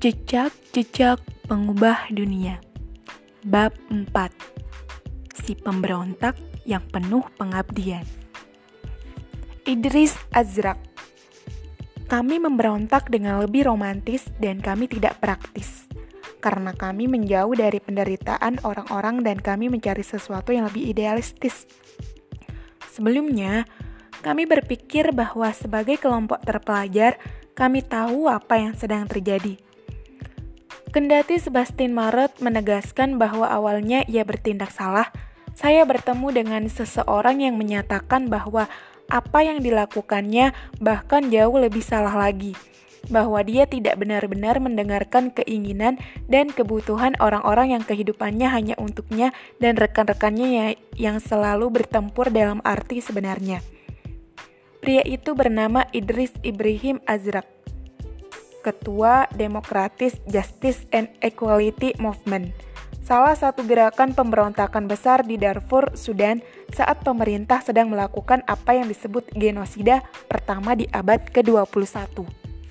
Jejak-jejak pengubah dunia. Bab 4. Si pemberontak yang penuh pengabdian. Idris Azrak. Kami memberontak dengan lebih romantis dan kami tidak praktis. Karena kami menjauh dari penderitaan orang-orang dan kami mencari sesuatu yang lebih idealistis. Sebelumnya, kami berpikir bahwa sebagai kelompok terpelajar, kami tahu apa yang sedang terjadi. Kendati Sebastian Maret menegaskan bahwa awalnya ia bertindak salah, saya bertemu dengan seseorang yang menyatakan bahwa apa yang dilakukannya bahkan jauh lebih salah lagi, bahwa dia tidak benar-benar mendengarkan keinginan dan kebutuhan orang-orang yang kehidupannya hanya untuknya dan rekan-rekannya yang selalu bertempur dalam arti sebenarnya. Pria itu bernama Idris Ibrahim Azrak, Ketua Democratic Justice and Equality Movement, salah satu gerakan pemberontakan besar di Darfur, Sudan saat pemerintah sedang melakukan apa yang disebut genosida pertama di abad ke-21.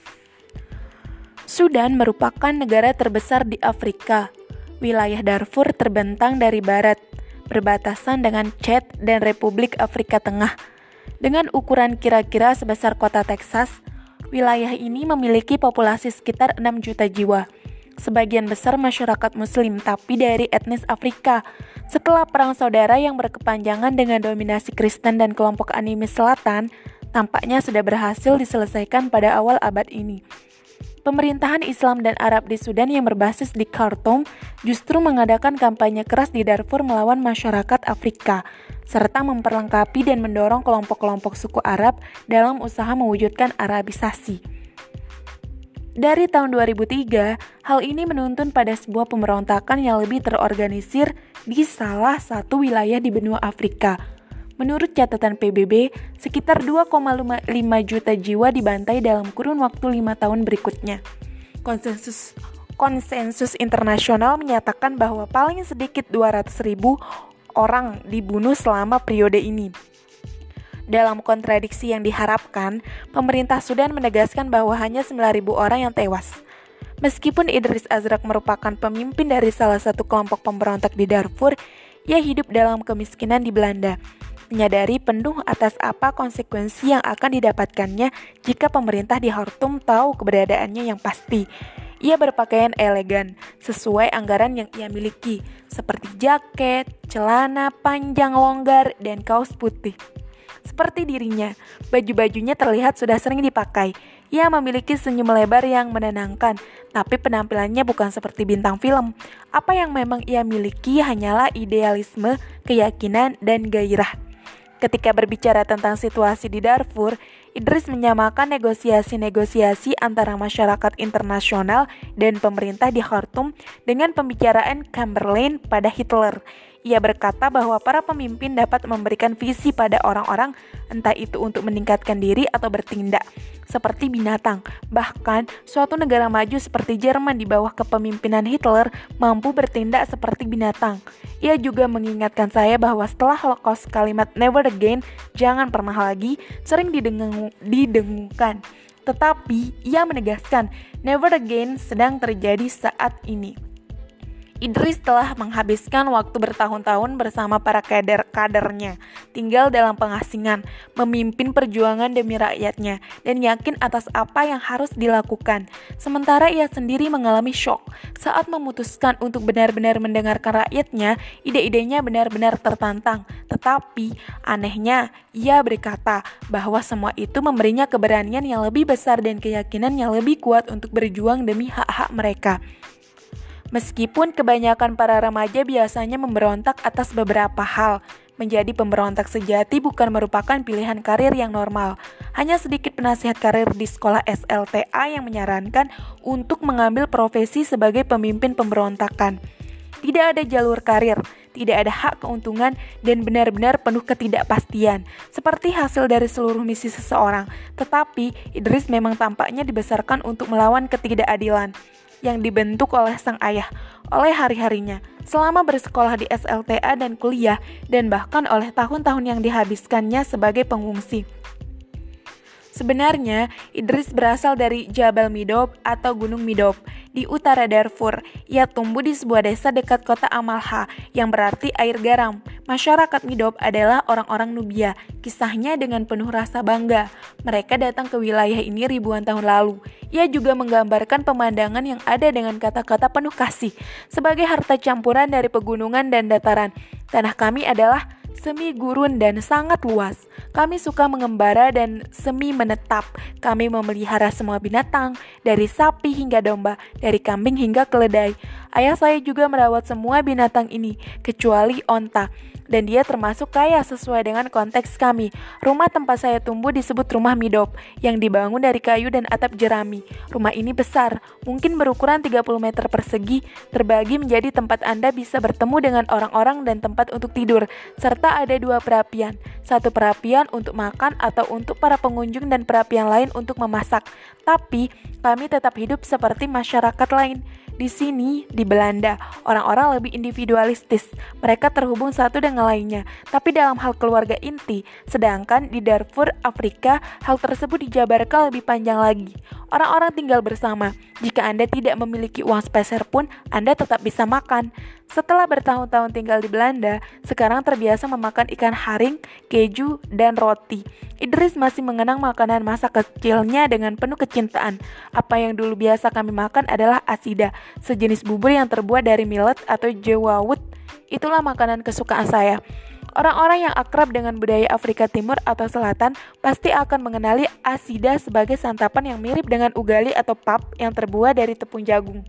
Sudan merupakan negara terbesar di Afrika. Wilayah Darfur terbentang dari barat, berbatasan dengan Chad dan Republik Afrika Tengah. Dengan ukuran kira-kira sebesar kota Texas, wilayah ini memiliki populasi sekitar 6 juta jiwa. Sebagian besar masyarakat Muslim, tapi dari etnis Afrika. Setelah Perang Saudara yang berkepanjangan dengan dominasi Kristen dan kelompok Animis Selatan, tampaknya sudah berhasil diselesaikan pada awal abad ini. Pemerintahan Islam dan Arab di Sudan yang berbasis di Khartoum justru mengadakan kampanye keras di Darfur melawan masyarakat Afrika, serta memperlengkapi dan mendorong kelompok-kelompok suku Arab dalam usaha mewujudkan Arabisasi. Dari tahun 2003, hal ini menuntun pada sebuah pemberontakan yang lebih terorganisir di salah satu wilayah di benua Afrika. Menurut catatan PBB, sekitar 2,5 juta jiwa dibantai dalam kurun waktu 5 tahun berikutnya. Konsensus internasional menyatakan bahwa paling sedikit 200.000 orang dibunuh selama periode ini. Dalam kontradiksi yang diharapkan, pemerintah Sudan menegaskan bahwa hanya 9.000 orang yang tewas. Meskipun Idris Azrak merupakan pemimpin dari salah satu kelompok pemberontak di Darfur, ia hidup dalam kemiskinan di Belanda, menyadari penuh atas apa konsekuensi yang akan didapatkannya jika pemerintah di Khartoum tahu keberadaannya yang pasti. Ia berpakaian elegan, sesuai anggaran yang ia miliki, seperti jaket, celana panjang longgar, dan kaos putih. Seperti dirinya, baju-bajunya terlihat sudah sering dipakai. Ia memiliki senyum lebar yang menenangkan, tapi penampilannya bukan seperti bintang film. Apa yang memang ia miliki hanyalah idealisme, keyakinan, dan gairah. Ketika berbicara tentang situasi di Darfur, Idris menyamakan negosiasi-negosiasi antara masyarakat internasional dan pemerintah di Khartoum dengan pembicaraan Chamberlain pada Hitler. Ia berkata bahwa para pemimpin dapat memberikan visi pada orang-orang, entah itu untuk meningkatkan diri atau bertindak seperti binatang. Bahkan, suatu negara maju seperti Jerman di bawah kepemimpinan Hitler mampu bertindak seperti binatang. Ia juga mengingatkan saya bahwa setelah Holocaust kalimat never again, jangan pernah lagi, sering didengungkan. Tetapi, ia menegaskan never again sedang terjadi saat ini. Idris telah menghabiskan waktu bertahun-tahun bersama para kadernya, tinggal dalam pengasingan, memimpin perjuangan demi rakyatnya, dan yakin atas apa yang harus dilakukan. Sementara ia sendiri mengalami syok saat memutuskan untuk benar-benar mendengarkan rakyatnya, ide-idenya benar-benar tertantang. Tetapi, anehnya, ia berkata bahwa semua itu memberinya keberanian yang lebih besar dan keyakinan yang lebih kuat untuk berjuang demi hak-hak mereka. Meskipun kebanyakan para remaja biasanya memberontak atas beberapa hal, menjadi pemberontak sejati bukan merupakan pilihan karir yang normal. Hanya sedikit penasihat karir di sekolah SLTA yang menyarankan untuk mengambil profesi sebagai pemimpin pemberontakan. Tidak ada jalur karir, tidak ada hak keuntungan, dan benar-benar penuh ketidakpastian, seperti hasil dari seluruh misi seseorang. Tetapi, Idris memang tampaknya dibesarkan untuk melawan ketidakadilan yang dibentuk oleh sang ayah, oleh hari-harinya, selama bersekolah di SLTA dan kuliah, dan bahkan oleh tahun-tahun yang dihabiskannya sebagai pengungsi. Sebenarnya, Idris berasal dari Jabal Midob atau Gunung Midob di utara Darfur. Ia tumbuh di sebuah desa dekat kota Amalha yang berarti air garam. Masyarakat Midob adalah orang-orang Nubia. Kisahnya dengan penuh rasa bangga. Mereka datang ke wilayah ini ribuan tahun lalu. Ia juga menggambarkan pemandangan yang ada dengan kata-kata penuh kasih. Sebagai harta campuran dari pegunungan dan dataran, tanah kami adalah semi gurun dan sangat luas. Kami suka mengembara dan semi menetap. Kami memelihara semua binatang, dari sapi hingga domba, dari kambing hingga keledai. Ayah saya juga merawat semua binatang ini, kecuali onta. Dan dia termasuk kaya sesuai dengan konteks kami. Rumah tempat saya tumbuh disebut rumah Midob, yang dibangun dari kayu dan atap jerami. Rumah ini besar, mungkin berukuran 30 meter persegi, terbagi menjadi tempat Anda bisa bertemu dengan orang-orang dan tempat untuk tidur, serta ada 2 perapian. Satu perapian untuk makan atau untuk para pengunjung dan perapian lain untuk memasak. Tapi, kami tetap hidup seperti masyarakat lain. Di sini, di Belanda, orang-orang lebih individualistis. Mereka terhubung satu dengan lainnya, tapi dalam hal keluarga inti. Sedangkan di Darfur, Afrika, hal tersebut dijabarkan lebih panjang lagi. Orang-orang tinggal bersama. Jika Anda tidak memiliki uang sepeser pun, Anda tetap bisa makan. Setelah bertahun-tahun tinggal di Belanda, sekarang terbiasa memakan ikan haring, keju, dan roti. Idris masih mengenang makanan masa kecilnya dengan penuh kecintaan. Apa yang dulu biasa kami makan adalah asida, sejenis bubur yang terbuat dari millet atau jewawut. Itulah makanan kesukaan saya. Orang-orang yang akrab dengan budaya Afrika Timur atau Selatan pasti akan mengenali asida sebagai santapan yang mirip dengan ugali atau pap yang terbuat dari tepung jagung.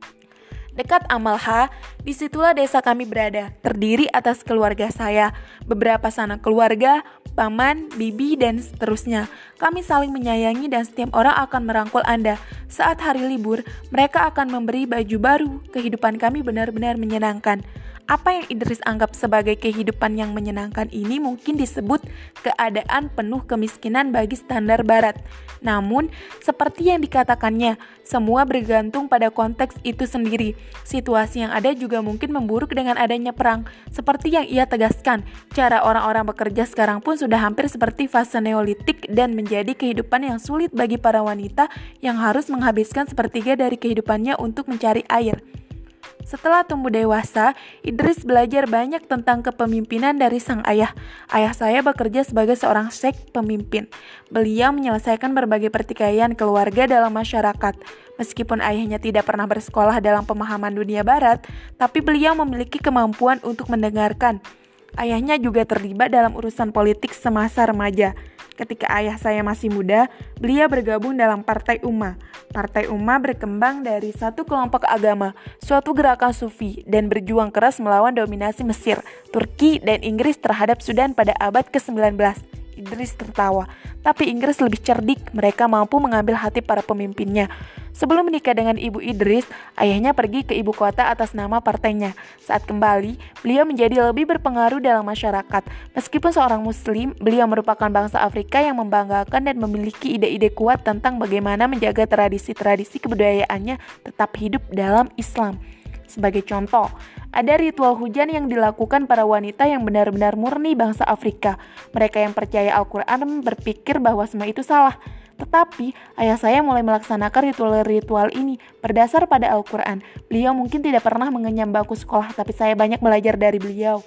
Dekat Amalha, disitulah desa kami berada, terdiri atas keluarga saya, beberapa sanak keluarga, paman, bibi, dan seterusnya. Kami saling menyayangi dan setiap orang akan merangkul Anda. Saat hari libur, mereka akan memberi baju baru. Kehidupan kami benar-benar menyenangkan. Apa yang Idris anggap sebagai kehidupan yang menyenangkan ini mungkin disebut keadaan penuh kemiskinan bagi standar barat. Namun, seperti yang dikatakannya, semua bergantung pada konteks itu sendiri. Situasi yang ada juga mungkin memburuk dengan adanya perang. Seperti yang ia tegaskan, cara orang-orang bekerja sekarang pun sudah hampir seperti fase Neolitik dan menjadi kehidupan yang sulit bagi para wanita yang harus menghabiskan sepertiga dari kehidupannya untuk mencari air. Setelah tumbuh dewasa, Idris belajar banyak tentang kepemimpinan dari sang ayah. Ayah saya bekerja sebagai seorang syekh pemimpin. Beliau menyelesaikan berbagai pertikaian keluarga dalam masyarakat. Meskipun ayahnya tidak pernah bersekolah dalam pemahaman dunia barat, tapi beliau memiliki kemampuan untuk mendengarkan. Ayahnya juga terlibat dalam urusan politik semasa remaja. Ketika ayah saya masih muda, beliau bergabung dalam Partai Umma. Partai Umma berkembang dari satu kelompok agama, suatu gerakan sufi, dan berjuang keras melawan dominasi Mesir, Turki, dan Inggris terhadap Sudan pada abad ke-19. Idris tertawa, tapi Inggris lebih cerdik, mereka mampu mengambil hati para pemimpinnya. Sebelum menikah dengan ibu Idris, ayahnya pergi ke ibu kota atas nama partainya. Saat kembali, beliau menjadi lebih berpengaruh dalam masyarakat. Meskipun seorang muslim, beliau merupakan bangsa Afrika yang membanggakan dan memiliki ide-ide kuat tentang bagaimana menjaga tradisi-tradisi kebudayaannya tetap hidup dalam Islam. Sebagai contoh, ada ritual hujan yang dilakukan para wanita yang benar-benar murni bangsa Afrika. Mereka yang percaya Al-Quran berpikir bahwa semua itu salah. Tetapi, ayah saya mulai melaksanakan ritual-ritual ini berdasar pada Al-Quran. Beliau mungkin tidak pernah mengenyam bangku sekolah, tapi saya banyak belajar dari beliau.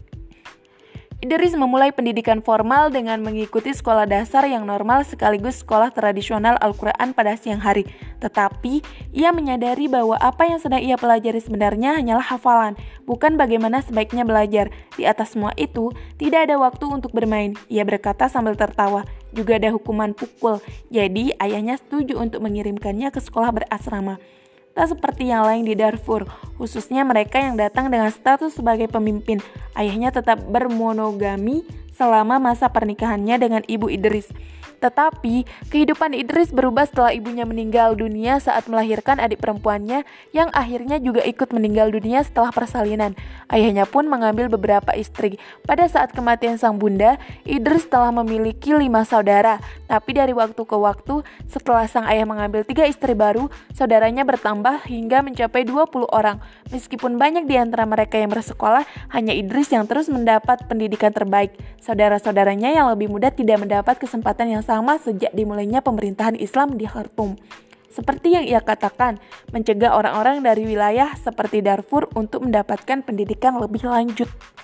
Idris memulai pendidikan formal dengan mengikuti sekolah dasar yang normal sekaligus sekolah tradisional Al-Quran pada siang hari. Tetapi, ia menyadari bahwa apa yang sedang ia pelajari sebenarnya hanyalah hafalan, bukan bagaimana sebaiknya belajar. Di atas semua itu, tidak ada waktu untuk bermain, ia berkata sambil tertawa. Juga ada hukuman pukul, jadi ayahnya setuju untuk mengirimkannya ke sekolah berasrama. Tak seperti yang lain di Darfur, khususnya mereka yang datang dengan status sebagai pemimpin. Ayahnya tetap bermonogami selama masa pernikahannya dengan ibu Idris. Tetapi, kehidupan Idris berubah setelah ibunya meninggal dunia saat melahirkan adik perempuannya yang akhirnya juga ikut meninggal dunia setelah persalinan. Ayahnya pun mengambil beberapa istri. Pada saat kematian sang bunda, Idris telah memiliki 5 saudara. Tapi dari waktu ke waktu, setelah sang ayah mengambil 3 istri baru, saudaranya bertambah hingga mencapai 20 orang. Meskipun banyak di antara mereka yang bersekolah, hanya Idris yang terus mendapat pendidikan terbaik. Saudara-saudaranya yang lebih muda tidak mendapat kesempatan yang sama sejak dimulainya pemerintahan Islam di Khartoum. Seperti yang ia katakan, mencegah orang-orang dari wilayah seperti Darfur untuk mendapatkan pendidikan lebih lanjut.